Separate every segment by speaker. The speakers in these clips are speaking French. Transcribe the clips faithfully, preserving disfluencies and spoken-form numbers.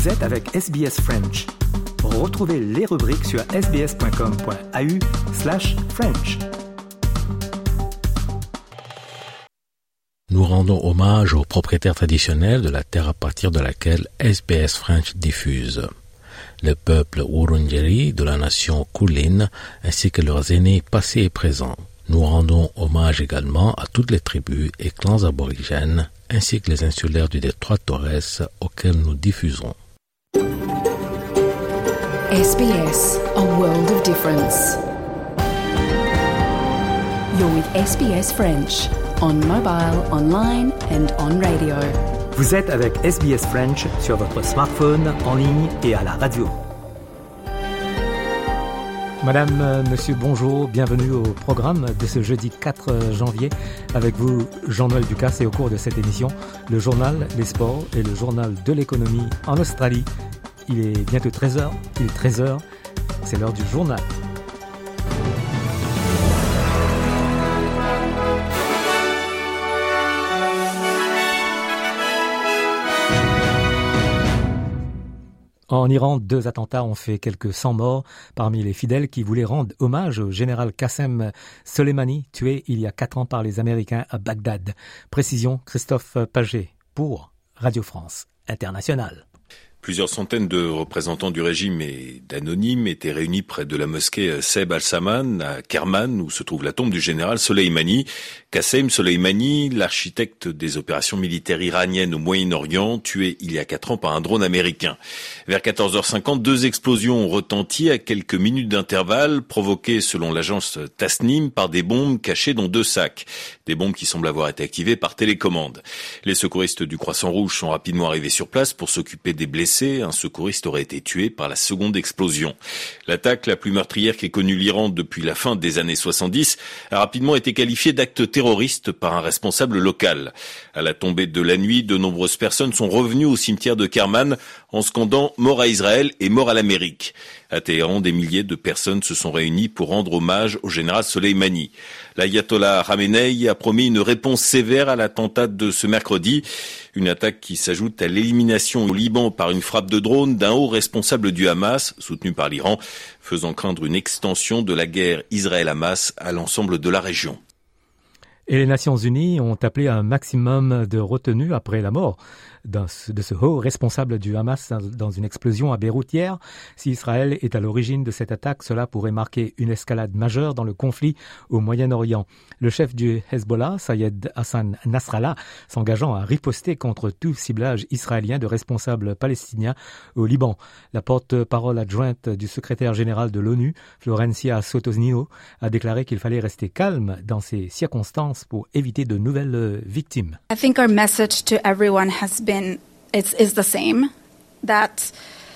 Speaker 1: Vous êtes avec S B S French. Retrouvez les rubriques sur sbs.com.au slash French.
Speaker 2: Nous rendons hommage aux propriétaires traditionnels de la terre à partir de laquelle S B S French diffuse. Le peuple Wurundjeri de la nation Kulin ainsi que leurs aînés passés et présents. Nous rendons hommage également à toutes les tribus et clans aborigènes ainsi que les insulaires du détroit Torres auxquels nous diffusons.
Speaker 3: S B S, a world of difference. You're with S B S French, on mobile, online and on radio.
Speaker 1: Vous êtes avec S B S French sur votre smartphone, en ligne et à la radio. Madame, euh, monsieur, bonjour, bienvenue au programme de ce jeudi quatre janvier. Avec vous, Jean-Noël Ducasse, et au cours de cette émission, le journal, les sports et le journal de l'économie en Australie. Il est bientôt treize heures, il est treize heures, c'est l'heure du journal. En Iran, deux attentats ont fait quelques cent morts parmi les fidèles qui voulaient rendre hommage au général Qassem Soleimani, tué il y a quatre ans par les Américains à Bagdad. Précision, Christophe Paget pour Radio France Internationale.
Speaker 4: Plusieurs centaines de représentants du régime et d'anonymes étaient réunis près de la mosquée Seb al-Saman à Kerman, où se trouve la tombe du général Soleimani. Qassem Soleimani, l'architecte des opérations militaires iraniennes au Moyen-Orient, tué il y a quatre ans par un drone américain. Vers quatorze heures cinquante, deux explosions ont retenti à quelques minutes d'intervalle, provoquées selon l'agence Tasnim par des bombes cachées dans deux sacs. Des bombes qui semblent avoir été activées par télécommande. Les secouristes du Croissant Rouge sont rapidement arrivés sur place pour s'occuper des blessés. Un secouriste aurait été tué par la seconde explosion. L'attaque la plus meurtrière qu'ait connue l'Iran depuis la fin des années soixante-dix a rapidement été qualifiée d'acte terroriste par un responsable local. À la tombée de la nuit, de nombreuses personnes sont revenues au cimetière de Kerman en scandant « Mort à Israël » et « Mort à l'Amérique ». À Téhéran, des milliers de personnes se sont réunies pour rendre hommage au général Soleimani. L'ayatollah Khamenei a promis une réponse sévère à l'attentat de ce mercredi. Une attaque qui s'ajoute à l'élimination au Liban par une frappe de drone d'un haut responsable du Hamas, soutenu par l'Iran, faisant craindre une extension de la guerre Israël-Hamas à l'ensemble de la région.
Speaker 1: Et les Nations Unies ont appelé à un maximum de retenue après la mort de ce haut responsable du Hamas dans une explosion à Beyrouth hier. Si Israël est à l'origine de cette attaque, cela pourrait marquer une escalade majeure dans le conflit au Moyen-Orient. Le chef du Hezbollah, Sayed Hassan Nasrallah, s'engageant à riposter contre tout ciblage israélien de responsables palestiniens au Liban. La porte-parole adjointe du secrétaire général de l'ONU, Florencia Sotosnino, a déclaré qu'il fallait rester calme dans ces circonstances pour éviter de nouvelles victimes.
Speaker 5: I think our message to everyone has been It's, is the same, that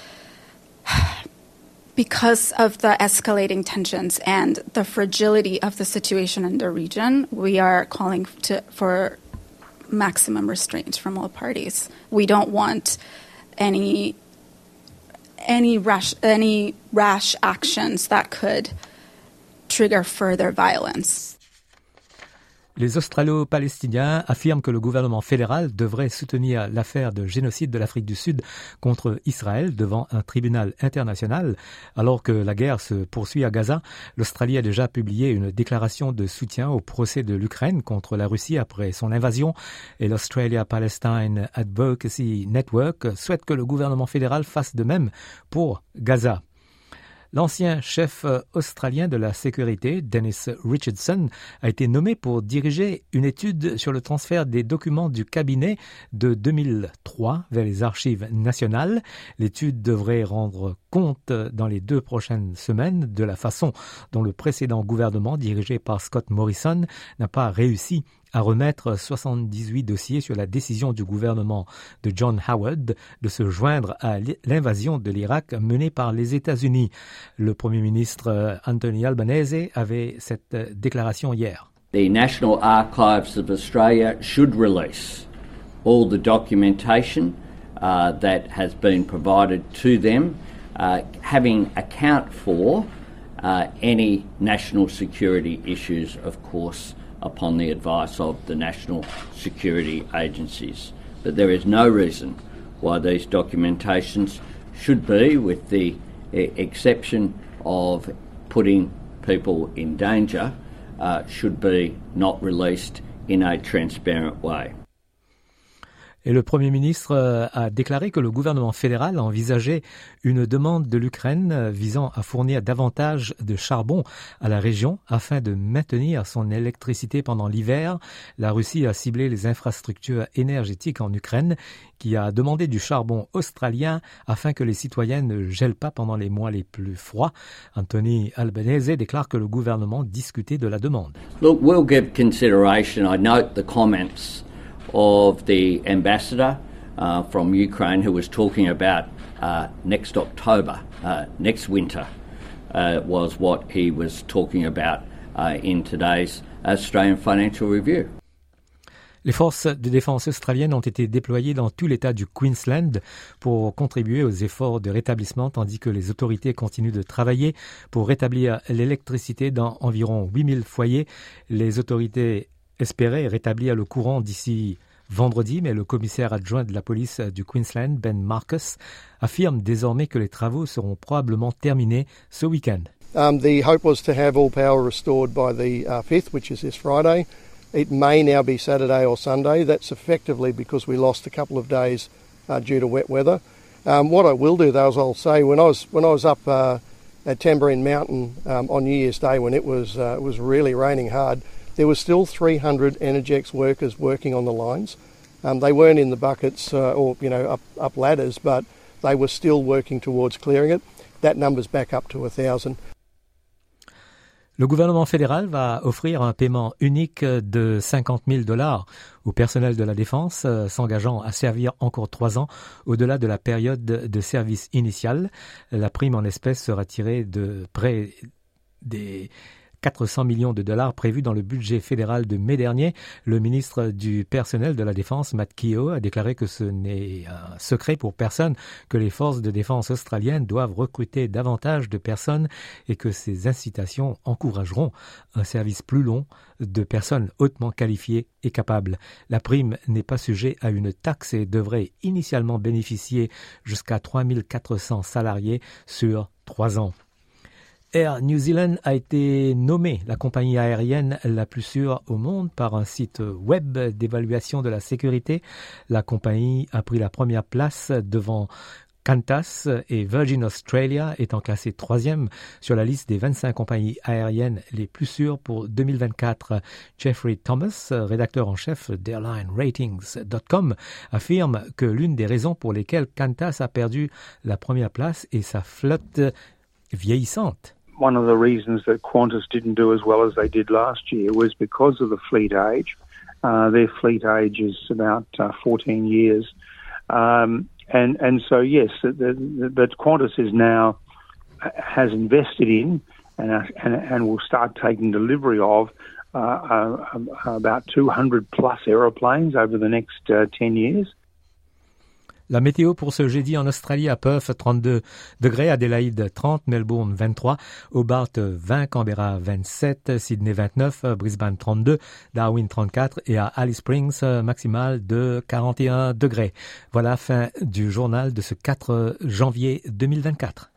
Speaker 5: because of the escalating tensions and the fragility of the situation in the region, we are calling to, for maximum restraint from all parties. We don't want any any rash any rash actions that could trigger further violence.
Speaker 1: Les Australo-Palestiniens affirment que le gouvernement fédéral devrait soutenir l'affaire de génocide de l'Afrique du Sud contre Israël devant un tribunal international. Alors que la guerre se poursuit à Gaza, l'Australie a déjà publié une déclaration de soutien au procès de l'Ukraine contre la Russie après son invasion, et l'Australia Palestine Advocacy Network souhaite que le gouvernement fédéral fasse de même pour Gaza. L'ancien chef australien de la sécurité, Dennis Richardson, a été nommé pour diriger une étude sur le transfert des documents du cabinet de deux mille trois vers les archives nationales. L'étude devrait rendre compte dans les deux prochaines semaines de la façon dont le précédent gouvernement, dirigé par Scott Morrison, n'a pas réussi à remettre soixante-dix-huit dossiers sur la décision du gouvernement de John Howard de se joindre à l'invasion de l'Irak menée par les États-Unis. Le Premier ministre Anthony Albanese avait cette déclaration hier.
Speaker 6: The National Archives of Australia should release all the documentation uh, that has been provided to them, uh, having account for uh, any national security issues, of course, upon the advice of the national security agencies. But there is no reason why these documentations should be, with the exception of putting people in danger, uh, should be not released in a transparent way.
Speaker 1: Et le Premier ministre a déclaré que le gouvernement fédéral envisageait une demande de l'Ukraine visant à fournir davantage de charbon à la région afin de maintenir son électricité pendant l'hiver. La Russie a ciblé les infrastructures énergétiques en Ukraine, qui a demandé du charbon australien afin que les citoyens ne gèlent pas pendant les mois les plus froids. Anthony Albanese déclare que le gouvernement discutait de la demande.
Speaker 6: Look, we'll give consideration. I note the comments of the ambassador uh, from Ukraine, who was talking about uh, next October, uh, next winter, uh, was what he was talking about uh, in today's Australian Financial Review.
Speaker 1: Les forces de défense australiennes ont été déployées dans tout l'État du Queensland pour contribuer aux efforts de rétablissement, tandis que les autorités continuent de travailler pour rétablir l'électricité dans environ huit mille foyers. Les autorités espérait rétablir le courant d'ici vendredi, mais le commissaire adjoint de la police du Queensland, Ben Marcus, affirme désormais que les travaux seront probablement terminés ce week-end.
Speaker 7: Um, the hope was to have all power restored by the uh, fifth, which is this Friday. It may now be Saturday or Sunday. That's effectively because we lost a couple of days uh, due to wet weather. Um, what I will do, though, is I'll say when I was when I was up uh, at Tamborine Mountain um, on New Year's Day, when it was uh, it was really raining hard, there were still three hundred Energex workers working on the lines. Um, they weren't in the buckets uh, or, you know, up, up ladders, but they were still working towards clearing it. That number's back up to one thousand.
Speaker 1: Le gouvernement fédéral va offrir un paiement unique de cinquante mille dollars au personnel de la défense, euh, s'engageant à servir encore trois ans au-delà de la période de service initiale. La prime en espèces sera tirée de près des quatre cents millions de dollars prévus dans le budget fédéral de mai dernier. Le ministre du personnel de la Défense, Matt Keogh, a déclaré que ce n'est un secret pour personne que les forces de défense australiennes doivent recruter davantage de personnes et que ces incitations encourageront un service plus long de personnes hautement qualifiées et capables. La prime n'est pas sujet à une taxe et devrait initialement bénéficier jusqu'à trois mille quatre cents salariés sur trois ans. Air New Zealand a été nommée la compagnie aérienne la plus sûre au monde par un site web d'évaluation de la sécurité. La compagnie a pris la première place devant Qantas et Virgin Australia, étant classée troisième sur la liste des vingt-cinq compagnies aériennes les plus sûres pour deux mille vingt-quatre. Jeffrey Thomas, rédacteur en chef d'Airline Ratings dot com, affirme que l'une des raisons pour lesquelles Qantas a perdu la première place est sa flotte vieillissante.
Speaker 8: One of the reasons that Qantas didn't do as well as they did last year was because of the fleet age. Uh, their fleet age is about uh, fourteen years. Um, and, and so, yes, that Qantas is now, has invested in and, and, and will start taking delivery of uh, uh, about two hundred plus aeroplanes over the next uh, ten years.
Speaker 1: La météo pour ce jeudi en Australie: à Perth, trente-deux degrés, Adélaïde trente, Melbourne vingt-trois, Hobart vingt, Canberra vingt-sept, Sydney vingt-neuf, Brisbane trente-deux, Darwin trente-quatre et à Alice Springs, maximale de quarante et un degrés. Voilà, fin du journal de ce quatre janvier deux mille vingt-quatre.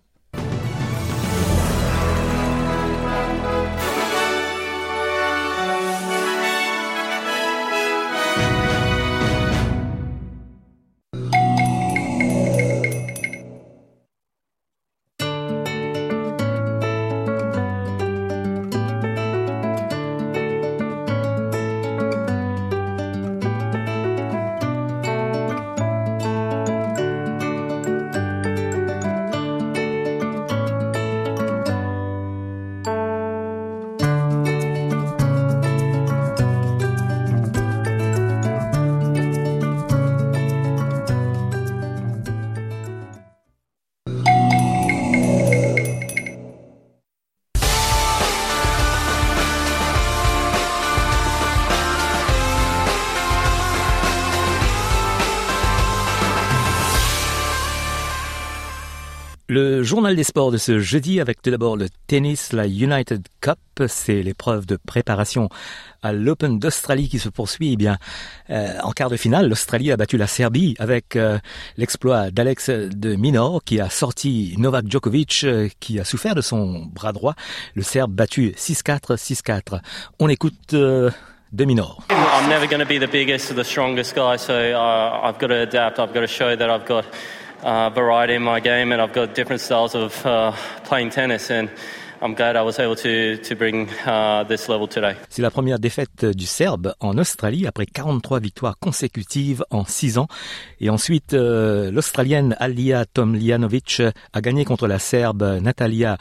Speaker 1: Le journal des sports de ce jeudi avec tout d'abord le tennis, la United Cup, c'est l'épreuve de préparation à l'Open d'Australie qui se poursuit. Eh bien, euh, en quart de finale, l'Australie a battu la Serbie avec euh, l'exploit d'Alex de Minaur qui a sorti Novak Djokovic euh, qui a souffert de son bras droit. Le Serbe battu six quatre, six quatre. On écoute euh, de Minaur.
Speaker 9: I'm never going to be the biggest or the strongest guy, so uh, I've got to adapt. I've got to show that I've got Uh, variety in my game, and I've got different styles of uh, playing tennis, and I'm glad I was able to to bring uh, this level today.
Speaker 1: C'est la première défaite du Serbe en Australie après quarante-trois victoires consécutives en six ans. Et ensuite, euh, l'Australienne Alija Tomljanovic a gagné contre la Serbe Natalia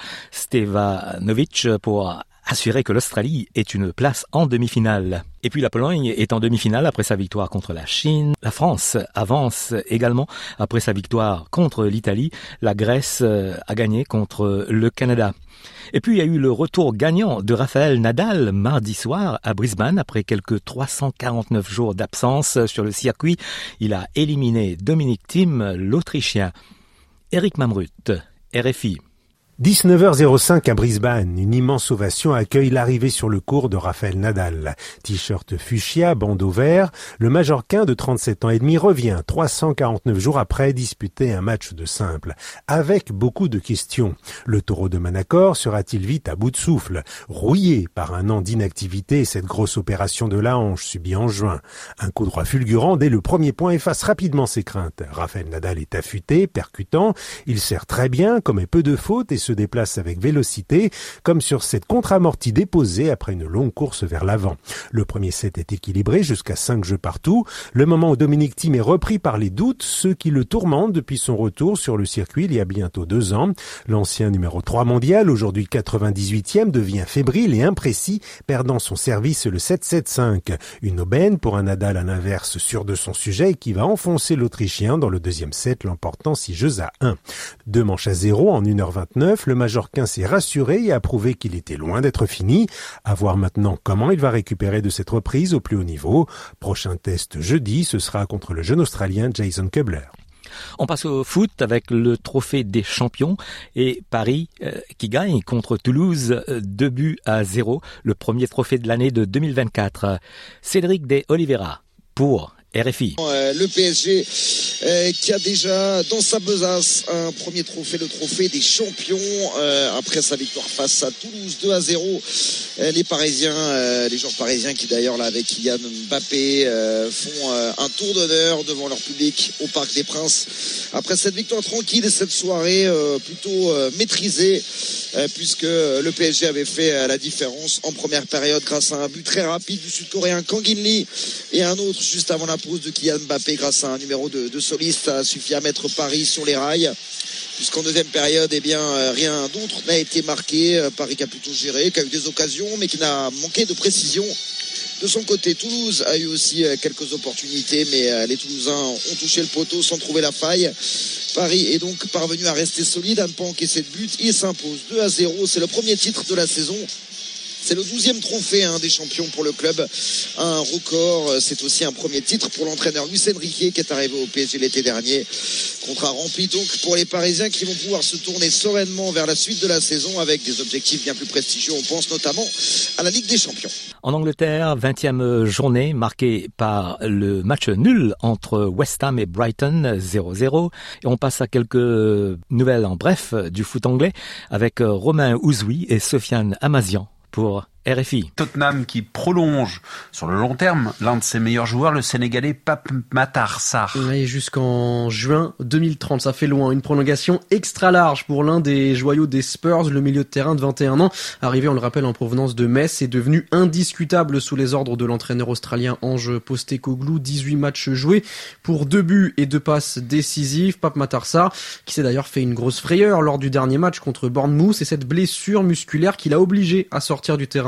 Speaker 1: Stevanovic pour assurer que l'Australie ait une place en demi-finale. Et puis la Pologne est en demi-finale après sa victoire contre la Chine. La France avance également après sa victoire contre l'Italie. La Grèce a gagné contre le Canada. Et puis il y a eu le retour gagnant de Rafael Nadal mardi soir à Brisbane après quelques trois cent quarante-neuf jours d'absence sur le circuit. Il a éliminé Dominic Thiem, l'Autrichien. Eric Mamrut, R F I.
Speaker 10: dix-neuf heures cinq à Brisbane, une immense ovation accueille l'arrivée sur le court de Rafael Nadal. T-shirt fuchsia, bandeau vert, le Majorquin de trente-sept ans et demi revient trois cent quarante-neuf jours après disputer un match de simple, avec beaucoup de questions. Le taureau de Manacor sera-t-il vite à bout de souffle, rouillé par un an d'inactivité et cette grosse opération de la hanche subie en juin? Un coup droit fulgurant dès le premier point efface rapidement ses craintes. Rafael Nadal est affûté, percutant, il sert très bien, commet peu de fautes et se déplace avec vélocité, comme sur cette contre-amortie déposée après une longue course vers l'avant. Le premier set est équilibré jusqu'à cinq jeux partout, le moment où Dominic Thiem est repris par les doutes, ceux qui le tourmentent depuis son retour sur le circuit il y a bientôt deux ans. L'ancien numéro trois mondial, aujourd'hui quatre-vingt-dix-huitième, devient fébrile et imprécis, perdant son service le sept sept cinq. Une aubaine pour un Nadal à l'inverse sûr de son sujet et qui va enfoncer l'Autrichien dans le deuxième set, l'emportant six jeux à un. Deux manches à zéro en une heure vingt-neuf, le Majorquin s'est rassuré et a prouvé qu'il était loin d'être fini. À voir maintenant comment il va récupérer de cette reprise au plus haut niveau. Prochain test jeudi, ce sera contre le jeune Australien Jason Kubler.
Speaker 1: On passe au foot avec le trophée des champions et Paris euh, qui gagne contre Toulouse euh, deux buts à zéro, le premier trophée de l'année de deux mille vingt-quatre. Cédric de Oliveira pour R F I.
Speaker 11: Euh, le P S G euh, qui a déjà dans sa besace un premier trophée, le trophée des champions euh, après sa victoire face à Toulouse deux à zéro. Euh, les Parisiens, euh, les joueurs parisiens qui d'ailleurs là avec Kylian Mbappé euh, font euh, un tour d'honneur devant leur public au Parc des Princes après cette victoire tranquille et cette soirée euh, plutôt euh, maîtrisée euh, puisque le P S G avait fait euh, la différence en première période grâce à un but très rapide du Sud-Coréen Kang In-lee et un autre juste avant la pause de Kylian Mbappé grâce à un numéro de, de soliste. Ça a suffi à mettre Paris sur les rails puisqu'en deuxième période eh bien, euh, rien d'autre n'a été marqué. euh, Paris qui a plutôt géré, qui a eu des occasions mais qui n'a manqué de précision. De son côté, Toulouse a eu aussi euh, quelques opportunités mais euh, les Toulousains ont touché le poteau sans trouver la faille. Paris est donc parvenu à rester solide, à ne pas encaisser de but. Il s'impose deux à zéro, c'est le premier titre de la saison. C'est le douzième trophée hein, des champions pour le club. Un record, c'est aussi un premier titre pour l'entraîneur Luis Enrique qui est arrivé au P S G l'été dernier. Contrat rempli donc pour les Parisiens qui vont pouvoir se tourner sereinement vers la suite de la saison avec des objectifs bien plus prestigieux. On pense notamment à la Ligue des Champions.
Speaker 1: En Angleterre, vingtième journée marquée par le match nul entre West Ham et Brighton, zéro zéro. Et on passe à quelques nouvelles en bref du foot anglais avec Romain Ouzoui et Sofiane Amazian pour R F I.
Speaker 12: Tottenham qui prolonge sur le long terme l'un de ses meilleurs joueurs, le Sénégalais Pape Matar Sarr.
Speaker 13: Et jusqu'en juin deux mille trente, ça fait loin. Une prolongation extra large pour l'un des joyaux des Spurs, le milieu de terrain de vingt et un ans, arrivé, on le rappelle, en provenance de Metz, est devenu indiscutable sous les ordres de l'entraîneur australien Ange Postecoglou. dix-huit matchs joués pour deux buts et deux passes décisives. Pape Matar Sarr, qui s'est d'ailleurs fait une grosse frayeur lors du dernier match contre Bournemouth, et cette blessure musculaire qui l'a obligé à sortir du terrain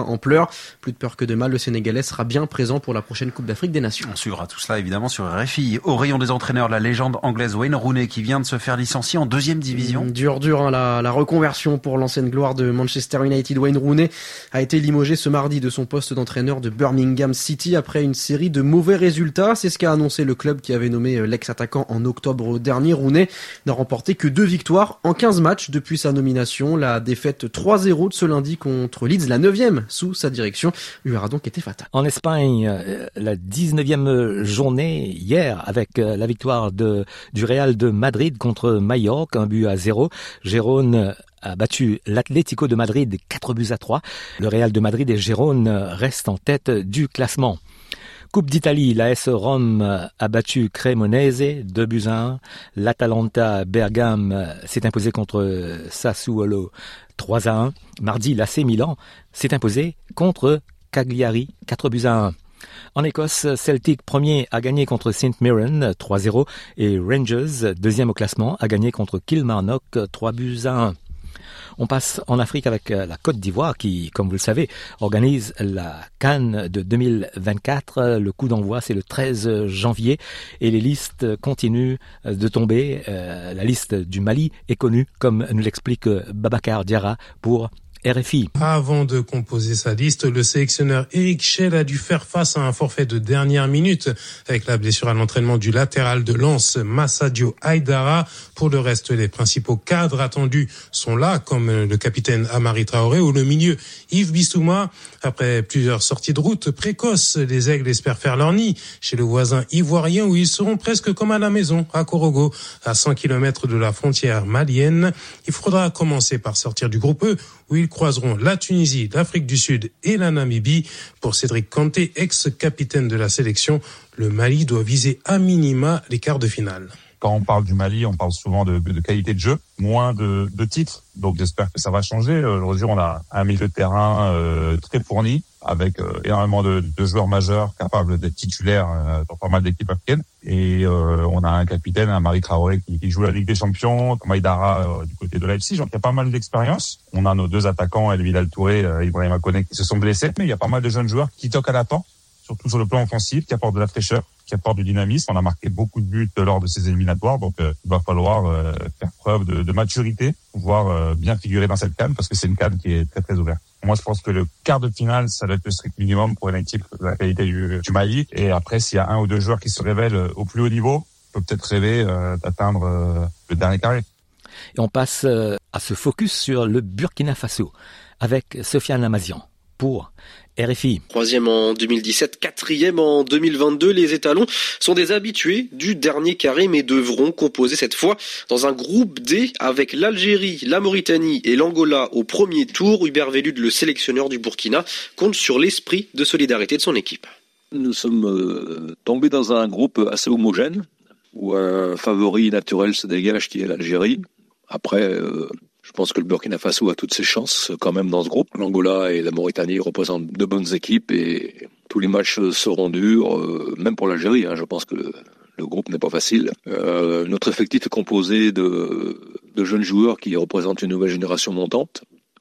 Speaker 13: en pleurs. Plus de peur que de mal, le Sénégalais sera bien présent pour la prochaine Coupe d'Afrique des Nations.
Speaker 12: On suivra tout cela évidemment sur R F I. Au rayon des entraîneurs, la légende anglaise Wayne Rooney qui vient de se faire licencier en deuxième division.
Speaker 13: Dur, dur, hein, la, la reconversion pour l'ancienne gloire de Manchester United. Wayne Rooney a été limogé ce mardi de son poste d'entraîneur de Birmingham City après une série de mauvais résultats. C'est ce qu'a annoncé le club qui avait nommé l'ex-attaquant en octobre dernier. Rooney n'a remporté que deux victoires en quinze matchs depuis sa nomination. La défaite trois zéro de ce lundi contre Leeds, la neuvième sous sa direction, lui aura donc été fatale.
Speaker 1: En Espagne, la dix-neuvième journée hier avec la victoire de, du Real de Madrid contre Mallorca, un but à zéro. Gérone a battu l'Atlético de Madrid quatre buts à trois. Le Real de Madrid et Gérone restent en tête du classement. Coupe d'Italie, l'A S Rome a battu Cremonese deux buts à un. L'Atalanta Bergame s'est imposé contre Sassuolo trois à un. Mardi, l'A C Milan s'est imposé contre Cagliari quatre buts à un. En Écosse, Celtic premier a gagné contre Saint Mirren trois zéro et Rangers deuxième au classement a gagné contre Kilmarnock trois buts à un. On passe en Afrique avec la Côte d'Ivoire qui, comme vous le savez, organise la CAN de deux mille vingt-quatre. Le coup d'envoi, c'est le treize janvier et les listes continuent de tomber. Euh, la liste du Mali est connue, comme nous l'explique Babacar Diarra pour R F I.
Speaker 14: Avant de composer sa liste, le sélectionneur Eric Schell a dû faire face à un forfait de dernière minute avec la blessure à l'entraînement du latéral de Lens, Massadio Haidara. Pour le reste, les principaux cadres attendus sont là, comme le capitaine Amari Traoré ou le milieu Yves Bissouma. Après plusieurs sorties de route précoces, les Aigles espèrent faire leur nid chez le voisin ivoirien où ils seront presque comme à la maison, à Korogo, à cent kilomètres de la frontière malienne. Il faudra commencer par sortir du groupe E, où ils croiseront la Tunisie, l'Afrique du Sud et la Namibie. Pour Cédric Kanté, ex-capitaine de la sélection, le Mali doit viser à minima les quarts de finale.
Speaker 15: Quand on parle du Mali, on parle souvent de, de qualité de jeu, moins de, de titres. Donc j'espère que ça va changer. Aujourd'hui, on a un milieu de terrain euh, très fourni, avec euh, énormément de, de joueurs majeurs capables d'être titulaires euh, dans pas mal d'équipes africaines. Et euh, on a un capitaine, un Amari Traoré, qui, qui joue la Ligue des Champions, Maïdara euh, du côté de Leipzig. Donc il y a pas mal d'expérience. On a nos deux attaquants, El Bilal Touré, euh, Ibrahima Koné, qui se sont blessés. Mais il y a pas mal de jeunes joueurs qui toquent à la porte, surtout sur le plan offensif, qui apportent de la fraîcheur, qui apportent du dynamisme. On a marqué beaucoup de buts lors de ces éliminatoires, donc euh, il va falloir euh, faire preuve de, de maturité, pouvoir euh, bien figurer dans cette CAN, parce que c'est une CAN qui est très très ouverte. Moi, je pense que le quart de finale, ça doit être le strict minimum pour une équipe de la qualité du, du Mali. Et après, s'il y a un ou deux joueurs qui se révèlent au plus haut niveau, on peut peut-être rêver euh, d'atteindre euh, le dernier carré.
Speaker 1: Et on passe euh, à se focus sur le Burkina Faso avec Sofiane Amazian pour R F I.
Speaker 16: Troisième en deux mille dix-sept, quatrième en deux mille vingt-deux, les étalons sont des habitués du dernier carré mais devront composer cette fois dans un groupe D avec l'Algérie, la Mauritanie et l'Angola au premier tour. Hubert Velud, le sélectionneur du Burkina, compte sur l'esprit de solidarité de son équipe.
Speaker 17: Nous sommes euh, tombés dans un groupe assez homogène où un favori naturel se dégage qui est l'Algérie. Après... Euh, Je pense que le Burkina Faso a toutes ses chances quand même dans ce groupe. L'Angola et la Mauritanie représentent de bonnes équipes et tous les matchs seront durs, euh, même pour l'Algérie. Hein, je pense que le, le groupe n'est pas facile. Euh, notre effectif est composé de, de jeunes joueurs qui représentent une nouvelle génération montante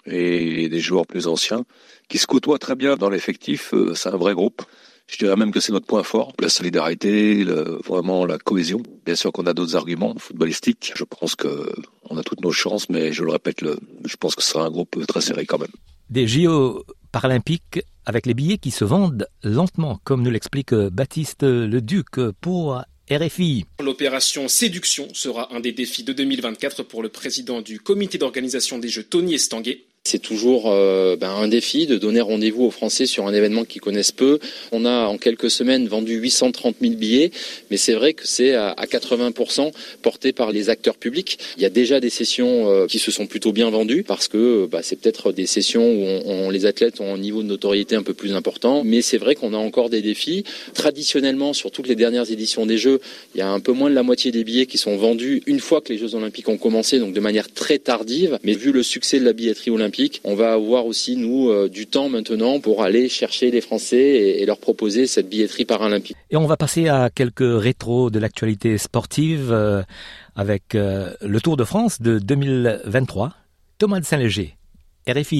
Speaker 17: et des joueurs plus anciens qui se côtoient très bien dans l'effectif. Euh, c'est un vrai groupe. Je dirais même que c'est notre point fort, la solidarité, le, vraiment la cohésion. Bien sûr qu'on a d'autres arguments footballistiques. Je pense qu'on a toutes nos chances, mais je le répète, le, je pense que ce sera un groupe très serré quand même.
Speaker 1: Des J O paralympiques avec les billets qui se vendent lentement, comme nous l'explique Baptiste Leduc pour R F I.
Speaker 18: L'opération Séduction sera un des défis de deux mille vingt-quatre pour le président du comité d'organisation des Jeux, Tony Estanguet.
Speaker 19: C'est toujours euh, ben, un défi de donner rendez-vous aux Français sur un événement qu'ils connaissent peu. On a en quelques semaines vendu huit cent trente mille billets, mais c'est vrai que c'est à, à quatre-vingts pour cent porté par les acteurs publics. Il y a déjà des sessions euh, qui se sont plutôt bien vendues parce que bah, c'est peut-être des sessions où on, on, les athlètes ont un niveau de notoriété un peu plus important. Mais c'est vrai qu'on a encore des défis. Traditionnellement, sur toutes les dernières éditions des Jeux, il y a un peu moins de la moitié des billets qui sont vendus une fois que les Jeux Olympiques ont commencé, donc de manière très tardive. Mais vu le succès de la billetterie olympique, on va avoir aussi, nous, euh, du temps maintenant pour aller chercher les Français et, et leur proposer cette billetterie paralympique.
Speaker 1: Et on va passer à quelques rétros de l'actualité sportive euh, avec euh, le Tour de France de deux mille vingt-trois. Thomas de Saint-Léger, R F I.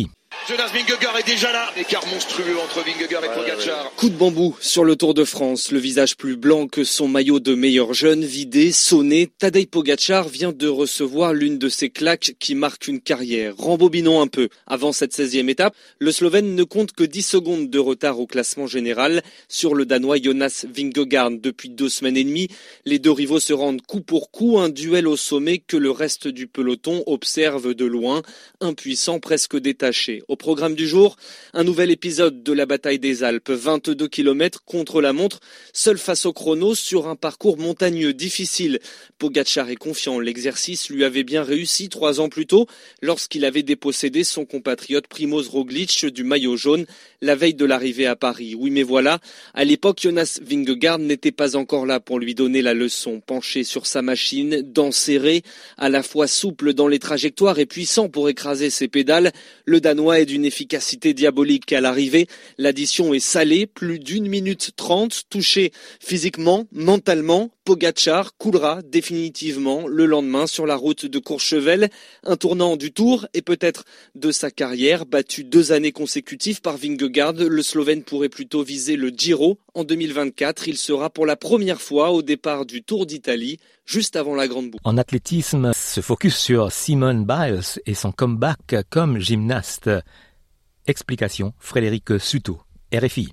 Speaker 20: Jonas Vingegaard est déjà là. Écart monstrueux entre Vingegaard et ouais, Pogačar.
Speaker 16: Ouais. Coup de bambou sur le Tour de France. Le visage plus blanc que son maillot de meilleur jeune, vidé, sonné. Tadej Pogačar vient de recevoir l'une de ces claques qui marquent une carrière. Rembobinons un peu. Avant cette seizième étape, le Slovène ne compte que dix secondes de retard au classement général sur le Danois Jonas Vingegaard. Depuis deux semaines et demie, les deux rivaux se rendent coup pour coup, un duel au sommet que le reste du peloton observe de loin, impuissant, presque détaché. Au programme du jour, un nouvel épisode de la bataille des Alpes, vingt-deux kilomètres contre la montre, seul face au chrono sur un parcours montagneux difficile. Pogačar est confiant, l'exercice lui avait bien réussi trois ans plus tôt lorsqu'il avait dépossédé son compatriote Primož Roglič du maillot jaune la veille de l'arrivée à Paris. Oui, mais voilà, à l'époque, Jonas Vingegaard n'était pas encore là pour lui donner la leçon. Penché sur sa machine, dents serrées, à la fois souple dans les trajectoires et puissant pour écraser ses pédales, le Danois est d'une efficacité diabolique. À l'arrivée, l'addition est salée, plus d'une minute trente, touché physiquement, mentalement. Pogačar coulera définitivement le lendemain sur la route de Courchevel, un tournant du Tour et peut-être de sa carrière. Battu deux années consécutives par Vingegaard, le Slovène pourrait plutôt viser le Giro en deux mille vingt-quatre. Il sera pour la première fois au départ du Tour d'Italie, juste avant la grande boucle.
Speaker 1: En athlétisme, se focus sur Simone Biles et son comeback comme gymnaste. Explication, Frédéric Suto, R F I.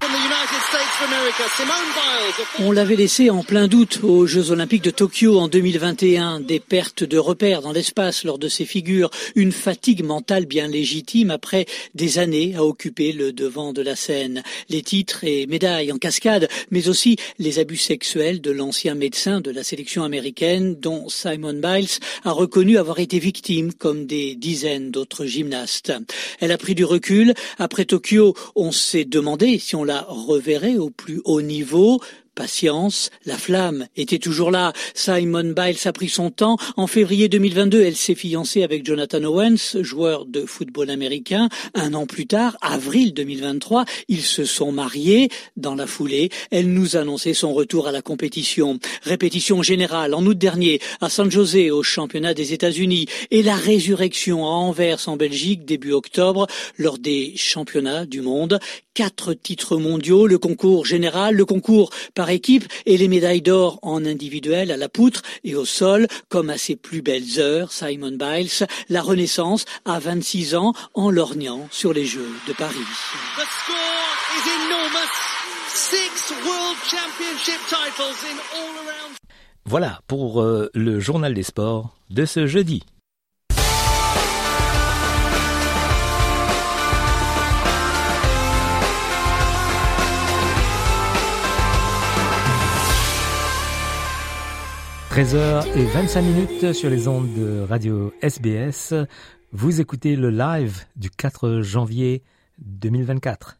Speaker 21: On l'avait laissé en plein doute aux Jeux Olympiques de Tokyo en deux mille vingt et un. Des pertes de repères dans l'espace lors de ces figures. Une fatigue mentale bien légitime après des années à occuper le devant de la scène. Les titres et médailles en cascade, mais aussi les abus sexuels de l'ancien médecin de la sélection américaine dont Simone Biles a reconnu avoir été victime comme des dizaines d'autres gymnastes. Elle a pris du recul. Après Tokyo, on s'est demandé si on la reverrait au plus haut niveau. Patience, la flamme était toujours là. Simone Biles a pris son temps. En février deux mille vingt-deux, elle s'est fiancée avec Jonathan Owens, joueur de football américain. Un an plus tard, avril deux mille vingt-trois, ils se sont mariés. Dans la foulée, elle nous annonçait son retour à la compétition. Répétition générale en août dernier à San José au championnat des États-Unis et la résurrection à Anvers en Belgique début octobre lors des championnats du monde. Quatre titres mondiaux, le concours général, le concours par équipe et les médailles d'or en individuel à la poutre et au sol, comme à ses plus belles heures. Simone Biles, la renaissance à vingt-six ans en lorgnant sur les Jeux de Paris.
Speaker 22: The score is enormous. Six World Championship titles in all around.
Speaker 1: Voilà pour euh, le journal des sports de ce jeudi. treize heures vingt-cinq minutes sur les ondes de radio S B S. Vous écoutez le live du quatre janvier deux mille vingt-quatre.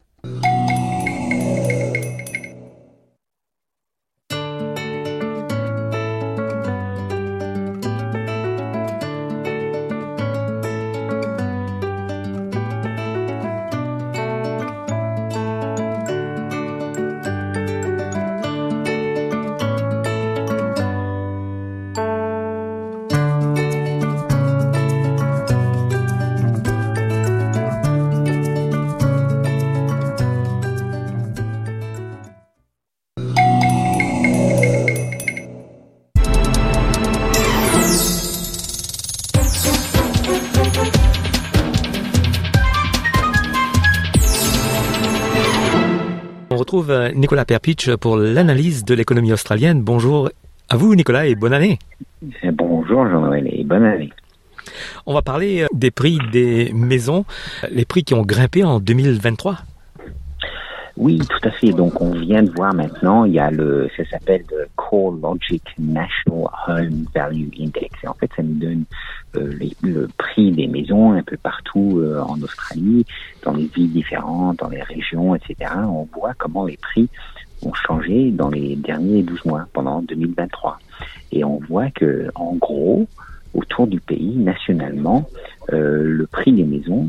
Speaker 1: On retrouve Nicolas Perpich pour l'analyse de l'économie australienne. Bonjour à vous Nicolas et bonne année.
Speaker 23: Bonjour Jean-Noël et bonne année.
Speaker 1: On va parler des prix des maisons, les prix qui ont grimpé en deux mille vingt-trois.
Speaker 23: Oui, tout à fait. Donc, on vient de voir maintenant, il y a le, ça s'appelle le CoreLogic National Home Value Index. Et en fait, ça nous donne euh, les, le prix des maisons un peu partout euh, en Australie, dans les villes différentes, dans les régions, et cetera. On voit comment les prix ont changé dans les derniers douze mois, pendant deux mille vingt-trois. Et on voit que, en gros, autour du pays, nationalement, euh, le prix des maisons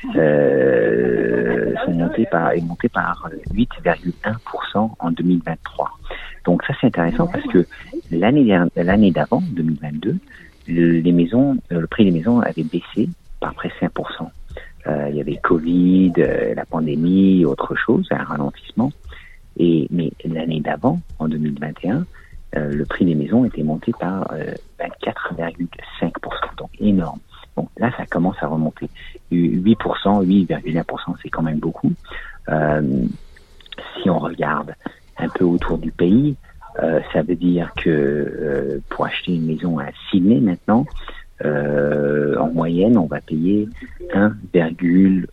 Speaker 23: Euh, sont montés par, est monté par huit virgule un pour cent en deux mille vingt-trois. Donc ça c'est intéressant parce que l'année l'année d'avant, deux mille vingt-deux, le, les maisons, le prix des maisons avait baissé par près cinq pour cent. Euh, il y avait Covid, euh, la pandémie, autre chose, un ralentissement. Et mais l'année d'avant, en deux mille vingt et un, euh, le prix des maisons était monté par euh, vingt-quatre virgule cinq pour cent, donc énorme. Bon, là, ça commence à remonter. huit pour cent, huit virgule un pour cent, c'est quand même beaucoup. Euh, si on regarde un peu autour du pays, euh, ça veut dire que euh, pour acheter une maison à Sydney maintenant, euh, en moyenne, on va payer un virgule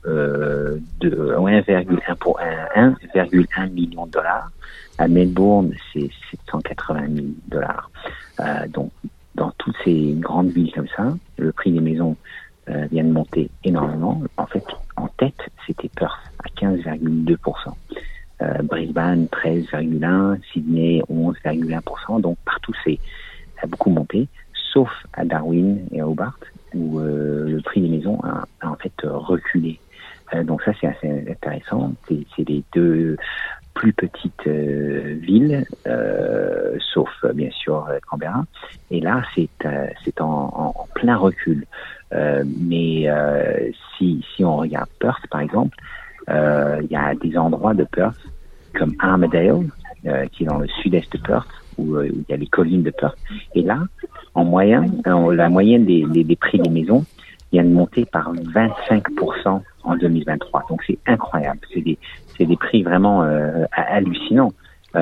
Speaker 23: un million de dollars. À Melbourne, c'est sept cent quatre-vingt mille dollars. Euh, donc, dans toutes ces grandes villes comme ça, le prix des maisons euh, vient de monter énormément. En fait, en tête, c'était Perth à quinze virgule deux pour cent. Euh, Brisbane, treize virgule un pour cent. Sydney, onze virgule un pour cent. Donc, partout, c'est, ça a beaucoup monté, sauf à Darwin et à Hobart, où euh, le prix des maisons a, a en fait reculé. Euh, donc ça, c'est assez intéressant. C'est, c'est les deux plus petites euh, villes, euh, sauf euh, bien sûr euh, Canberra. Et là, c'est euh, c'est en, en, en plein recul. Euh, mais euh, si si on regarde Perth, par exemple, euh, il y a des endroits de Perth comme Armadale, euh, qui est dans le sud-est de Perth, où, euh, où il y a les collines de Perth. Et là, en moyenne, euh, la moyenne des, des, des prix des maisons vient de monter par vingt-cinq pour cent en deux mille vingt-trois. Donc c'est incroyable. C'est des c'est des prix vraiment euh, hallucinants.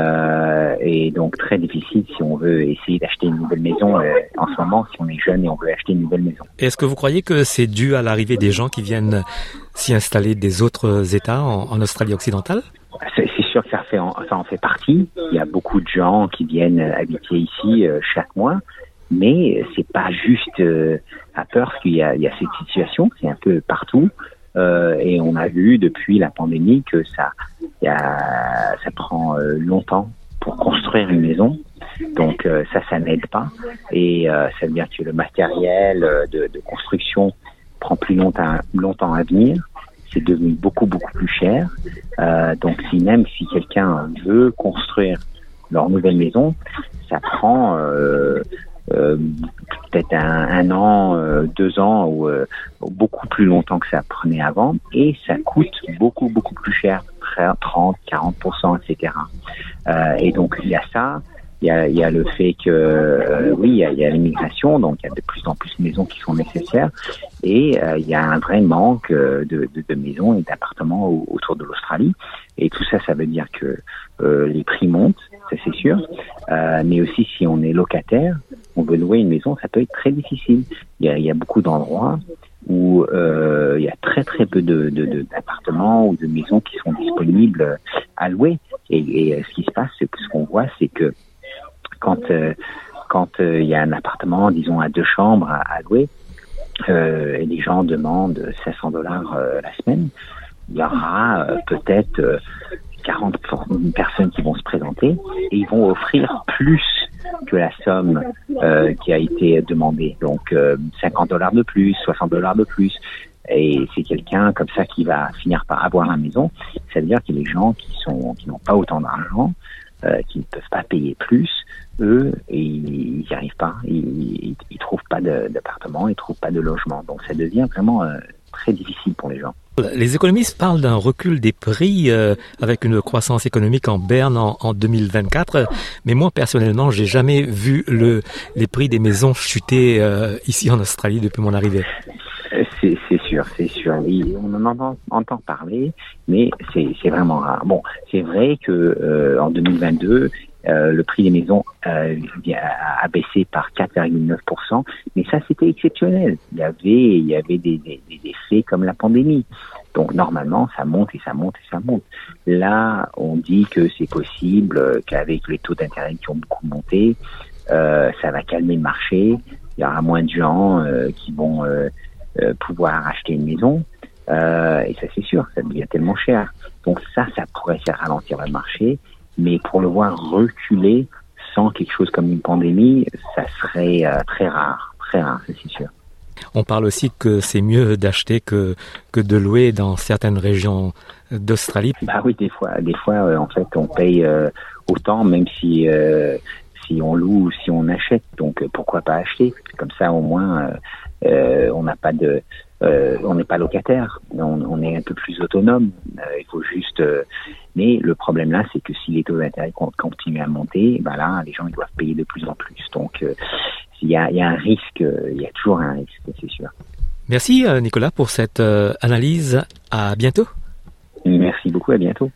Speaker 23: Euh, et donc très difficile si on veut essayer d'acheter une nouvelle maison euh, en ce moment, si on est jeune et on veut acheter une nouvelle maison.
Speaker 1: Est-ce que vous croyez que c'est dû à l'arrivée des gens qui viennent s'y installer des autres États en, en Australie occidentale?
Speaker 23: C'est, c'est sûr que ça, fait en, ça en fait partie. Il y a beaucoup de gens qui viennent habiter ici euh, chaque mois, mais c'est pas juste euh, à Perth qu'il y a, il y a cette situation, c'est un peu partout. Euh, et on a vu depuis la pandémie que ça, y a, ça prend euh, longtemps pour construire une maison. Donc euh, ça, ça n'aide pas. Et euh, ça veut dire que le matériel de, de construction prend plus longtemps, longtemps à venir. C'est devenu beaucoup, beaucoup plus cher. Euh, donc si même si quelqu'un veut construire leur nouvelle maison, ça prend euh, euh, peut-être un, un an, euh, deux ans ou euh, beaucoup plus longtemps que ça prenait avant, et ça coûte beaucoup, beaucoup plus cher, trente, quarante pour cent, et cetera. Euh, et donc il y a ça. Il y a, il y a le fait que, euh, oui, il y a, il y a l'immigration, donc il y a de plus en plus de maisons qui sont nécessaires, et euh, il y a un vrai manque de, de, de maisons et d'appartements au, autour de l'Australie. Et tout ça, ça veut dire que euh, les prix montent, ça c'est sûr, euh, mais aussi si on est locataire, on veut louer une maison, ça peut être très difficile. Il y a, il y a beaucoup d'endroits où euh, il y a très très peu de, de, de, d'appartements ou de maisons qui sont disponibles à louer. Et, et ce qui se passe, ce qu'on voit, c'est que quand euh, quand il euh, y a un appartement, disons à deux chambres à, à louer, euh, et les gens demandent cinq cents dollars euh, la semaine, il y aura euh, peut-être euh, quarante personnes qui vont se présenter et ils vont offrir plus que la somme euh, qui a été demandée. Donc euh, cinquante dollars de plus, soixante dollars de plus. Et c'est quelqu'un comme ça qui va finir par avoir la maison. Ça veut dire que les gens qui sont qui n'ont pas autant d'argent, euh, qui ne peuvent pas payer plus, eux, ils n'y arrivent pas. Ils, ils trouvent pas de, d'appartement, ils trouvent pas de logement. Donc ça devient vraiment euh, très difficile pour les gens.
Speaker 1: Les économistes parlent d'un recul des prix euh, avec une croissance économique en berne en, en deux mille vingt-quatre, mais moi personnellement, j'ai jamais vu le les prix des maisons chuter euh, ici en Australie depuis mon arrivée.
Speaker 23: C'est, c'est sûr, c'est sûr. Oui, on en entend, entend parler, mais c'est, c'est vraiment rare. Bon, c'est vrai que euh, en deux mille vingt-deux, euh, le prix des maisons euh, a, a baissé par quatre virgule neuf pour cent, mais ça c'était exceptionnel. Il y avait, il y avait des, des, des effets comme la pandémie. Donc normalement, ça monte et ça monte et ça monte. Là, on dit que c'est possible qu'avec les taux d'intérêt qui ont beaucoup monté, euh, ça va calmer le marché. Il y aura moins de gens euh, qui vont euh, Euh, pouvoir acheter une maison, euh, et ça c'est sûr, ça devient tellement cher. Donc ça, ça pourrait faire ralentir le marché, mais pour le voir reculer sans quelque chose comme une pandémie, ça serait euh, très rare, très rare, ça c'est sûr.
Speaker 1: On parle aussi que c'est mieux d'acheter que que de louer dans certaines régions d'Australie.
Speaker 23: Bah oui, des fois, des fois, euh, en fait, on paye euh, autant, même si euh, si si on loue ou si on achète. Donc, euh, pourquoi pas acheter? Comme ça, au moins, euh, euh, on n'a pas de, euh, on n'est pas locataire. On, on est un peu plus autonome. Euh, il faut juste. Euh, mais le problème là, c'est que si les taux d'intérêt continuent à monter, ben là, les gens ils doivent payer de plus en plus. Donc, euh, il y a, il y a un risque. Euh, il y a toujours un risque, c'est sûr.
Speaker 1: Merci Nicolas pour cette euh, analyse. À bientôt.
Speaker 23: Merci beaucoup. À bientôt.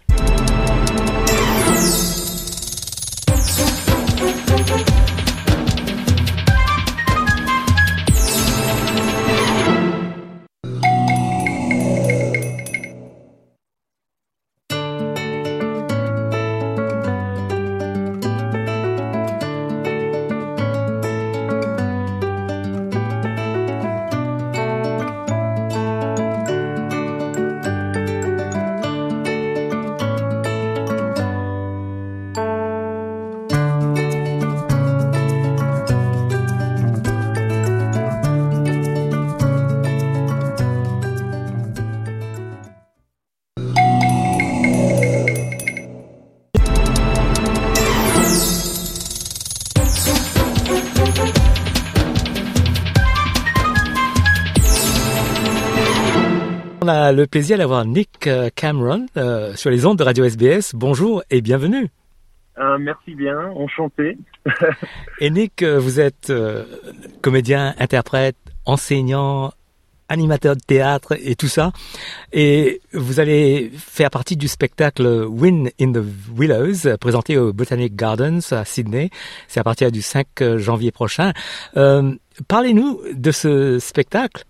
Speaker 1: On a le plaisir d'avoir Nick Cameron euh, sur les ondes de Radio S B S. Bonjour et bienvenue.
Speaker 2: Euh, merci bien, enchanté.
Speaker 1: Et Nick, vous êtes euh, comédien, interprète, enseignant, animateur de théâtre et tout ça. Et vous allez faire partie du spectacle Wind in the Willows, présenté au Botanic Gardens à Sydney. C'est à partir du cinq janvier prochain. Euh, parlez-nous de ce spectacle.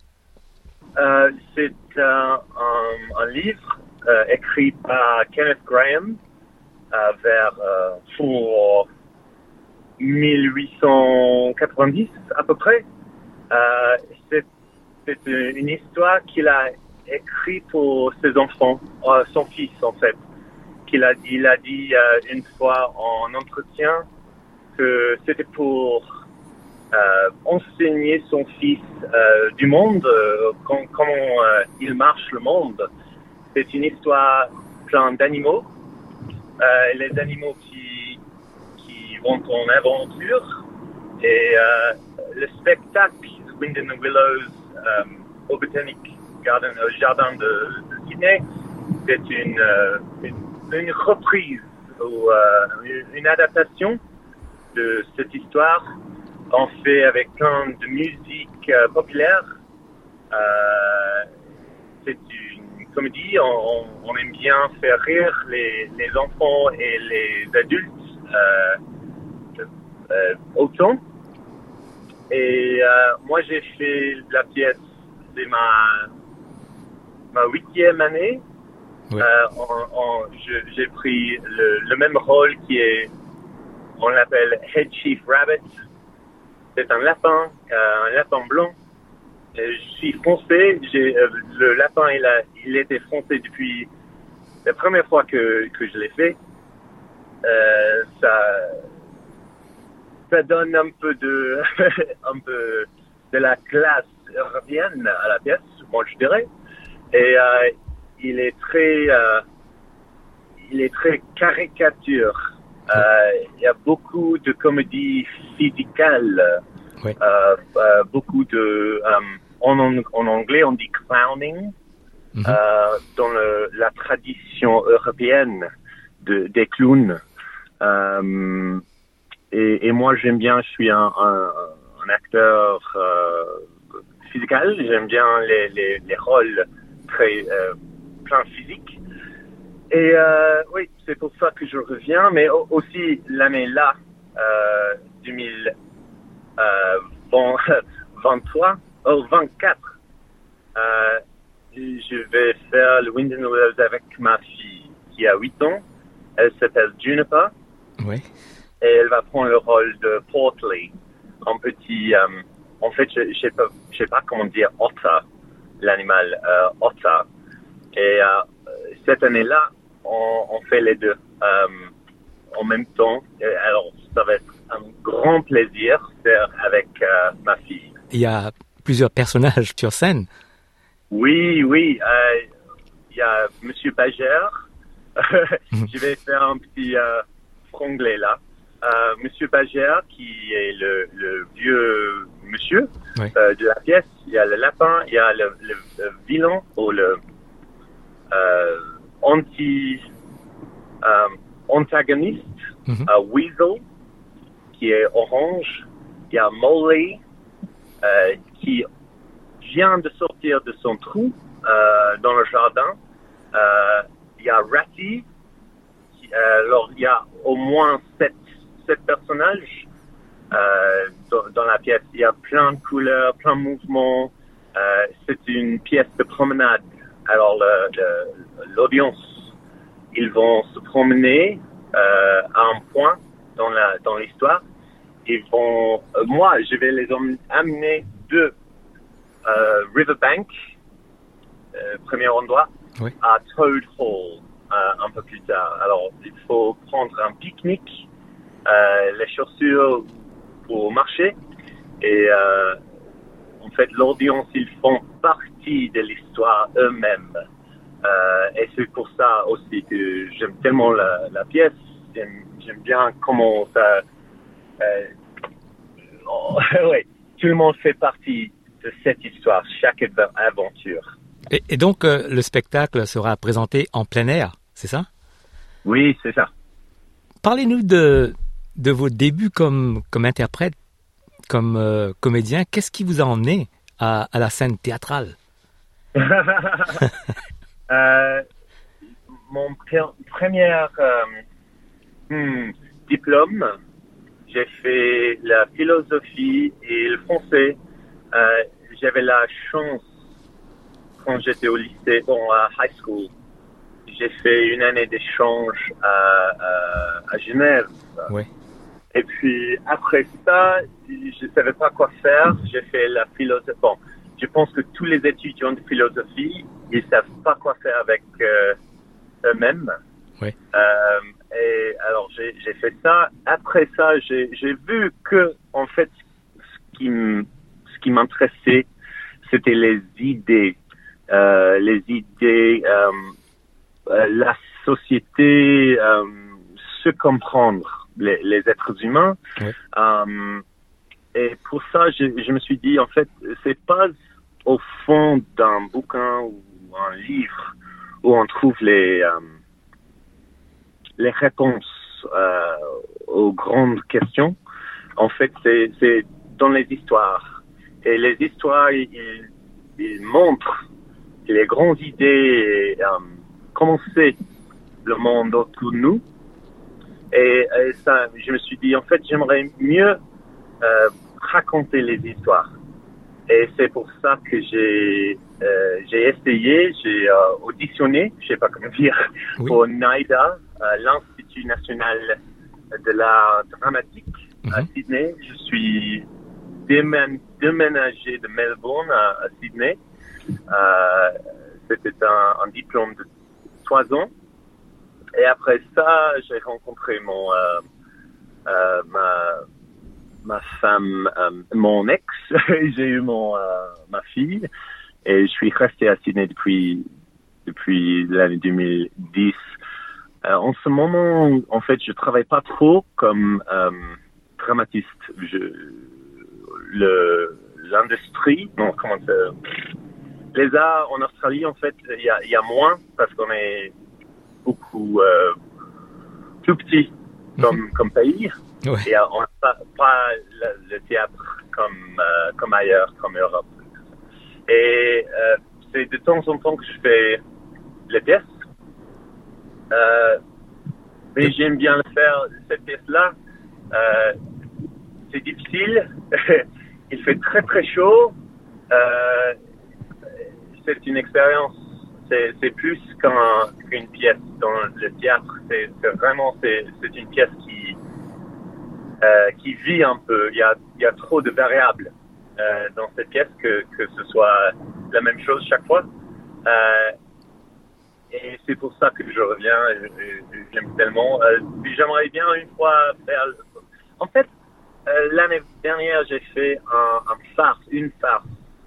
Speaker 2: Euh, c'est euh, un, un livre euh, écrit par Kenneth Graham euh, vers euh, pour mille huit cent quatre-vingt-dix à peu près. Euh, c'est, c'est une histoire qu'il a écrite pour ses enfants, euh, son fils en fait. Qu'il a, il a dit euh, une fois en entretien que c'était pour Euh, enseigner son fils euh, du monde, euh, com- comment euh, il marche le monde. C'est une histoire pleine d'animaux, euh, les animaux qui, qui vont en aventure. Et euh, le spectacle Wind in the Willows euh, au Botanic Garden, au jardin de, de Sydney, c'est une, euh, une, une reprise ou euh, une adaptation de cette histoire. On fait avec plein de musique euh, populaire. Euh, c'est une comédie. On, on aime bien faire rire les, les enfants et les adultes euh, euh, autant. Et euh, moi, j'ai fait la pièce. C'est ma ma huitième année. Oui. Euh, on, on, je, j'ai pris le, le même rôle qui est, on l'appelle Head Chief Rabbit. C'est un lapin, euh, un lapin blanc. Et je suis français. J'ai, euh, le lapin, il a, il était français depuis la première fois que, que je l'ai fait. Euh, ça, ça donne un peu de, un peu de la classe européenne à la pièce, moi je dirais. Et euh, il est très, euh, il est très caricature. Euh, il y a beaucoup de comédies physicales, oui. euh, euh, beaucoup de, um, en, en anglais on dit clowning, mm-hmm. euh, dans le, la tradition européenne de, des clowns. Euh, et, et moi j'aime bien, je suis un, un, un acteur euh, physical, j'aime bien les, les, les rôles très euh, plein physique. Et euh, oui, c'est pour ça que je reviens, mais aussi l'année-là, euh, deux mille vingt-trois, oh, vingt-quatre, euh, je vais faire le Wind in the Willows avec ma fille qui a huit ans. Elle s'appelle Juniper.
Speaker 1: Oui.
Speaker 2: Et elle va prendre le rôle de Portley, un petit, euh, en fait, je ne sais pas, je sais pas comment dire otter, l'animal euh, otter. Et euh, cette année-là, on, on fait les deux euh, en même temps. Et alors, ça va être un grand plaisir de faire avec euh, ma fille.
Speaker 1: Il y a plusieurs personnages sur scène.
Speaker 2: Oui, oui. Euh, il y a Monsieur Bagère. Je vais faire un petit euh, franglais là. euh, Monsieur Bagère, qui est le, le vieux monsieur
Speaker 1: oui.
Speaker 2: euh, de la pièce. Il y a le lapin, il y a le, le, le vilain ou le euh, anti euh, antagoniste,
Speaker 1: mm-hmm.
Speaker 2: euh, Weasel, qui est orange. Il y a Molly, euh, qui vient de sortir de son trou euh, dans le jardin. Euh, il y a Ratty. Qui, euh, alors, il y a au moins sept, sept personnages euh, dans, dans la pièce. Il y a plein de couleurs, plein de mouvements. Euh, c'est une pièce de promenade. Alors, le, le, l'audience, ils vont se promener euh, à un point dans la dans l'histoire. Ils vont, euh, moi, je vais les amener de euh, Riverbank, euh, premier endroit,
Speaker 1: oui.
Speaker 2: à Toad Hall euh, un peu plus tard. Alors, il faut prendre un pique-nique, euh, les chaussures pour marcher, et euh, en fait, l'audience, ils font partie de l'histoire eux-mêmes. Euh, et c'est pour ça aussi que j'aime tellement la, la pièce. J'aime, j'aime bien comment ça... Euh, oh, ouais, tout le monde fait partie de cette histoire, chaque aventure.
Speaker 1: Et, et donc, euh, le spectacle sera présenté en plein air, c'est ça?
Speaker 2: Oui, c'est ça.
Speaker 1: Parlez-nous de, de vos débuts comme, comme interprète, comme euh, comédien. Qu'est-ce qui vous a emmené à, à la scène théâtrale?
Speaker 2: euh, Mon pre- premier euh, hmm, diplôme, j'ai fait la philosophie et le français. Euh, j'avais la chance, quand j'étais au lycée, bon, à high school, j'ai fait une année d'échange à, à, à Genève.
Speaker 1: Oui.
Speaker 2: Et puis, après ça, je ne savais pas quoi faire. J'ai fait la philosophie. Bon, je pense que tous les étudiants de philosophie, ils ne savent pas quoi faire avec euh, eux-mêmes.
Speaker 1: Oui.
Speaker 2: Euh, et alors j'ai, j'ai fait ça. Après ça, j'ai, j'ai vu que en fait, ce qui, m- ce qui m'intéressait, c'était les idées, euh, les idées, euh, euh, la société, euh, se comprendre, les, les êtres humains.
Speaker 1: Oui.
Speaker 2: Euh, et pour ça, je, je me suis dit en fait, c'est pas au fond d'un bouquin ou un livre où on trouve les euh, les réponses euh, aux grandes questions. En fait, c'est, c'est dans les histoires. Et les histoires, ils, ils montrent les grandes idées, et, euh, comment c'est le monde autour de nous. Et, et ça, je me suis dit, en fait, j'aimerais mieux euh, raconter les histoires. Et c'est pour ça que j'ai euh, j'ai essayé, j'ai euh, auditionné, je sais pas comment dire,
Speaker 1: oui.
Speaker 2: pour NIDA, euh, l'Institut national de l'art dramatique mm-hmm. à Sydney. Je suis démén- déménagé de Melbourne à, à Sydney. Euh, c'était un, un diplôme de trois ans. Et après ça, j'ai rencontré mon euh, euh, ma ma femme, euh, mon ex, j'ai eu mon euh, ma fille et je suis resté à Sydney depuis depuis l'année deux mille dix. Euh, en ce moment, en fait, je travaille pas trop comme euh, dramatiste. Je, le l'industrie, non comment ça, les arts en Australie, en fait, il y a il y a moins parce qu'on est beaucoup euh, tout petit comme comme pays.
Speaker 1: Ouais.
Speaker 2: Et on n'a pas, pas le, le théâtre comme euh, comme ailleurs, comme Europe. Et euh, c'est de temps en temps que je fais les pièces. Euh, mais j'aime bien le faire, cette pièce-là. Euh, c'est difficile. Il fait très très chaud. Euh, c'est une expérience. C'est, c'est plus qu'un, qu'une pièce dans le théâtre. C'est, c'est vraiment c'est, c'est une pièce qui Euh, qui vit un peu. Il y a, il y a trop de variables euh, dans cette pièce que, que ce soit la même chose chaque fois. Euh, et c'est pour ça que je reviens. Et, et, et j'aime tellement. Euh, j'aimerais bien une fois faire... En fait, euh, l'année dernière, j'ai fait un, un farce, une farce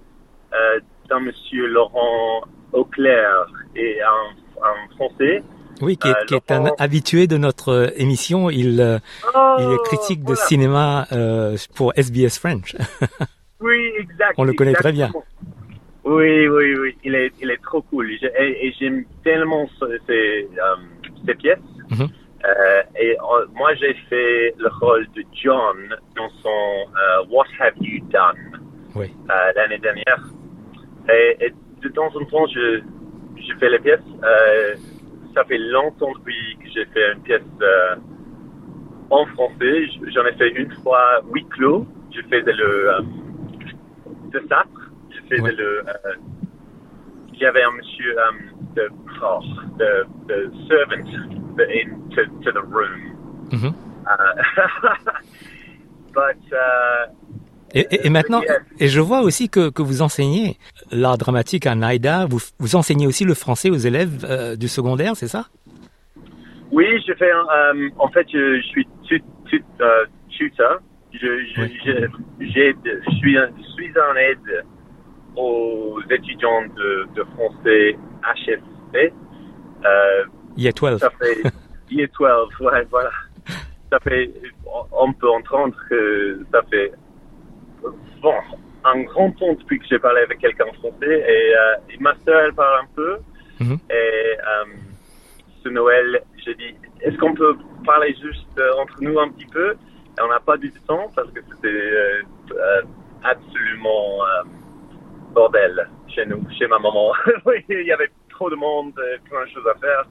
Speaker 2: euh, d'un monsieur Laurent Auclair et un, un Français
Speaker 1: Oui, qui est,
Speaker 2: euh,
Speaker 1: qui est un habitué de notre émission. Il, euh,
Speaker 2: oh,
Speaker 1: il est critique
Speaker 2: voilà.
Speaker 1: de cinéma euh, pour S B S French.
Speaker 2: Oui, exact.
Speaker 1: On le connaît
Speaker 2: exactement.
Speaker 1: très bien.
Speaker 2: Oui, oui, oui. Il est, il est trop cool. Et, et j'aime tellement ses, euh, ses pièces.
Speaker 1: Mm-hmm.
Speaker 2: Euh, et euh, moi, j'ai fait le rôle de John dans son euh, What Have You Done
Speaker 1: oui.
Speaker 2: euh, l'année dernière. Et, et de temps en temps, je, je fais les pièces. Euh, ça fait longtemps depuis que j'ai fait une pièce euh, en français. J'en ai fait une fois huis clos. Je faisais le euh, de Sartre. Je faisais ouais. le. Euh, il y avait un monsieur um, de oh, the, the servant into to the room.
Speaker 1: Mm-hmm.
Speaker 2: Uh, but uh,
Speaker 1: et, et, et maintenant, yeah. et je vois aussi que, que vous enseignez l'art dramatique à NIDA. Vous, vous enseignez aussi le français aux élèves euh, du secondaire, c'est ça?
Speaker 2: Oui, je fais. Un, um, en fait, je, je suis tut, tut, uh, tutor. Je, je, oui. je, j'ai, je suis un, je suis en aide aux étudiants de, de français H F C. Euh,
Speaker 1: Year douze.
Speaker 2: Ça fait Year douze, ouais, voilà. Ça fait, on peut entendre que ça fait bon un grand temps depuis que j'ai parlé avec quelqu'un en français et, euh, et ma sœur elle parle un peu. Mm-hmm. Et euh, ce Noël, j'ai dit, est-ce qu'on peut parler juste euh, entre nous un petit peu? Et on n'a pas du temps parce que c'était euh, euh, absolument euh, bordel chez nous, chez ma maman. Oui, il y avait trop de monde, plein de choses à faire.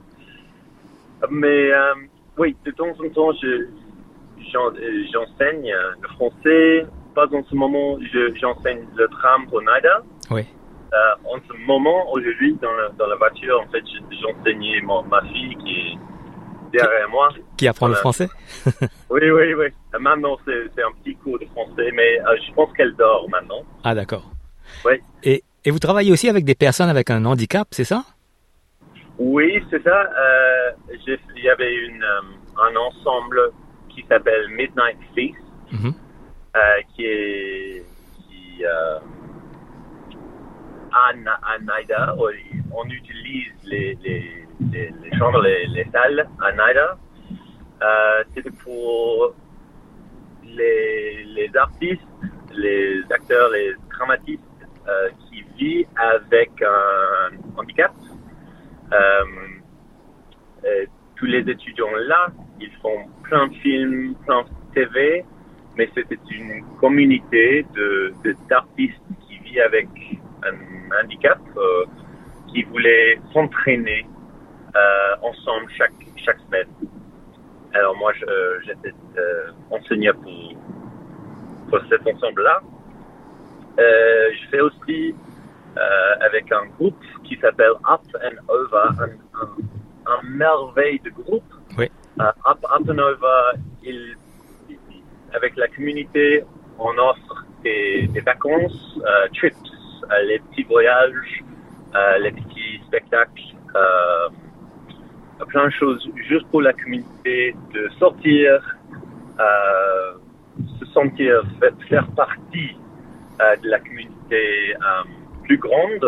Speaker 2: Mais euh, oui, de temps en temps, je, j'en, j'enseigne le français. Pas en ce moment, je, j'enseigne le tram pour NIDA.
Speaker 1: Oui.
Speaker 2: Euh, en ce moment, aujourd'hui, dans la, dans la voiture, en fait, j'enseignais mon, ma fille qui est derrière moi.
Speaker 1: Qui apprend
Speaker 2: voilà.
Speaker 1: le français?
Speaker 2: Oui, oui, oui. Maintenant, c'est, c'est un petit cours de français, mais euh, je pense qu'elle dort maintenant.
Speaker 1: Ah, d'accord.
Speaker 2: Oui.
Speaker 1: Et, et vous travaillez aussi avec des personnes avec un handicap, c'est ça?
Speaker 2: Oui, c'est ça. Euh, j'ai, il y avait une, um, un ensemble qui s'appelle Midnight Feast, mm-hmm. euh, qui est qui, euh, à, à NIDA. On utilise les, les, les, les chambres, les, les salles à NIDA. Euh, c'était pour les, les artistes, les acteurs, les dramatistes euh, qui vivent avec un handicap. Euh, tous les étudiants là, ils font plein de films, plein de T V, mais c'était une communauté de, de d'artistes qui vivent avec un handicap, euh, qui voulaient s'entraîner euh, ensemble chaque chaque semaine. Alors moi, je, j'étais euh, enseignant pour pour cet ensemble-là. Euh, je fais aussi Euh, avec un groupe qui s'appelle Up and Over, un, un, un merveille de groupe.
Speaker 1: Oui.
Speaker 2: Uh, Up, Up and Over, il, avec la communauté, on offre des, des vacances, uh, trips, uh, les petits voyages, uh, les petits spectacles, uh, plein de choses juste pour la communauté de sortir, uh, se sentir, faire partie uh, de la communauté um, plus grande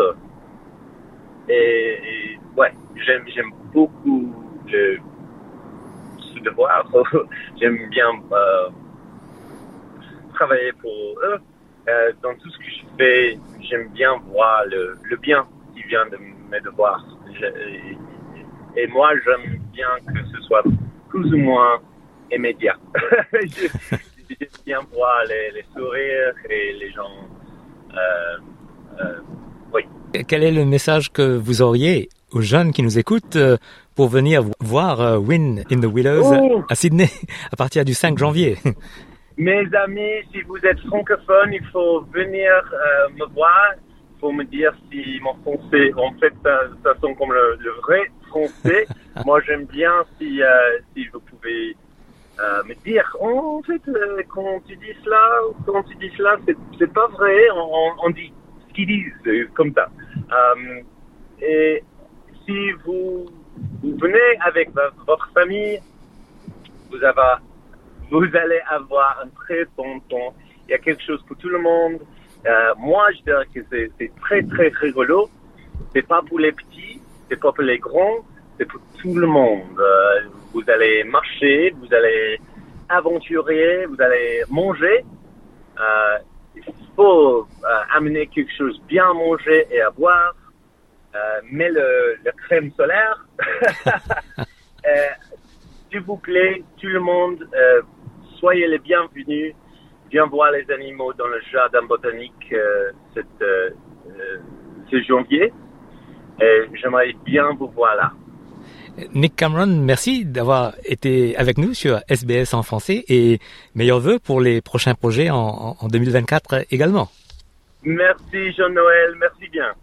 Speaker 2: et, et ouais, j'aime j'aime beaucoup le, ce devoir. J'aime bien euh, travailler pour eux. Euh, dans tout ce que je fais, j'aime bien voir le, le bien qui vient de mes devoirs. Je, et, et moi, j'aime bien que ce soit plus ou moins immédiat. J'aime bien voir les, les sourires et les gens. Euh, Euh, oui.
Speaker 1: Quel est le message que vous auriez aux jeunes qui nous écoutent euh, pour venir voir euh, Win in the Willows oh. à Sydney à partir du cinq janvier?
Speaker 2: Mes amis, si vous êtes francophone, il faut venir euh, me voir pour me dire si mon français, en fait, ça, ça sonne comme le, le vrai français. Moi, j'aime bien si, euh, si vous pouvez euh, me dire, oh, en fait, euh, quand tu dis cela, quand tu dis cela, c'est, c'est pas vrai, on, on dit qu'ils disent comme ça. Euh, et si vous, vous venez avec votre famille, vous, avez, vous allez avoir un très bon temps. Il y a quelque chose pour tout le monde. Euh, moi, je dirais que c'est, c'est très, très rigolo. C'est pas pour les petits, c'est pas pour les grands. c'est pour tout le monde. Euh, vous allez marcher, vous allez aventurer, vous allez manger. Euh, il faut euh, amener quelque chose bien à manger et à boire. Euh, mais le, le crème solaire, euh, s'il vous plaît, tout le monde, euh, soyez les bienvenus. Viens voir les animaux dans le jardin botanique euh, cette, euh, euh, ce janvier. Et j'aimerais bien vous voir là.
Speaker 1: Nick Cameron, merci d'avoir été avec nous sur S B S en français et meilleurs vœux pour les prochains projets en, en deux mille vingt-quatre également.
Speaker 2: Merci Jean-Noël, merci bien.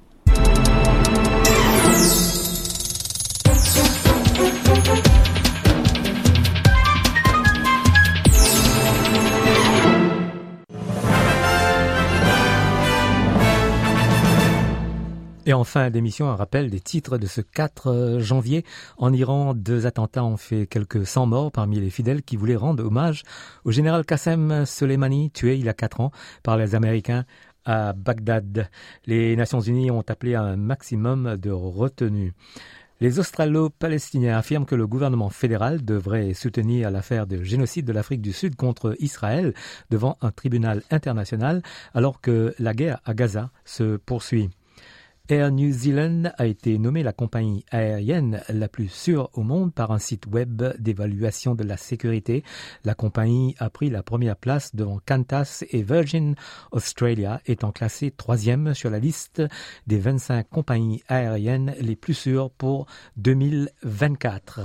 Speaker 1: Et en fin d'émission, un rappel des titres de ce quatre janvier. En Iran, deux attentats ont fait quelques cent morts parmi les fidèles qui voulaient rendre hommage au général Qassem Soleimani, tué il y a quatre ans par les Américains à Bagdad. Les Nations Unies ont appelé à un maximum de retenue. Les Australo-Palestiniens affirment que le gouvernement fédéral devrait soutenir l'affaire de génocide de l'Afrique du Sud contre Israël devant un tribunal international alors que la guerre à Gaza se poursuit. Air New Zealand a été nommée la compagnie aérienne la plus sûre au monde par un site web d'évaluation de la sécurité. La compagnie a pris la première place devant Qantas et Virgin Australia, étant classée troisième sur la liste des vingt-cinq compagnies aériennes les plus sûres pour deux mille vingt-quatre.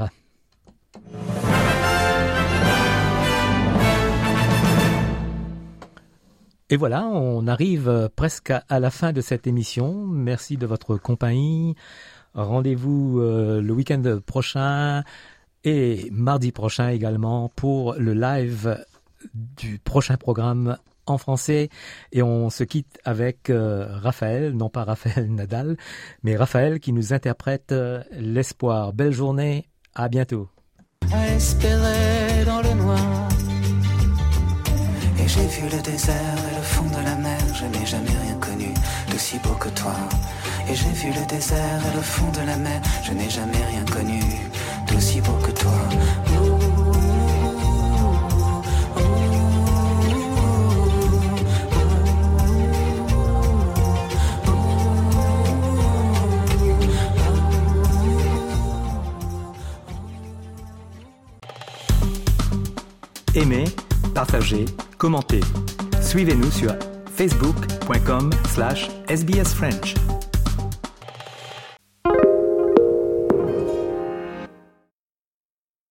Speaker 1: Et voilà, on arrive presque à la fin de cette émission. Merci de votre compagnie. Rendez-vous euh, le week-end prochain et mardi prochain également pour le live du prochain programme en français. Et on se quitte avec euh, Raphaël, non pas Raphaël Nadal, mais Raphaël qui nous interprète euh, l'espoir. Belle journée, à bientôt.
Speaker 3: À espérer dans le noir. Et j'ai vu le désert et le fond de la mer. Je n'ai jamais rien connu d'aussi beau que toi. Et j'ai vu le désert et le fond de la mer. Je n'ai jamais rien connu d'aussi beau que toi.
Speaker 1: Aimez, partagez, commentez. Suivez-nous sur facebook point com slash S B S French.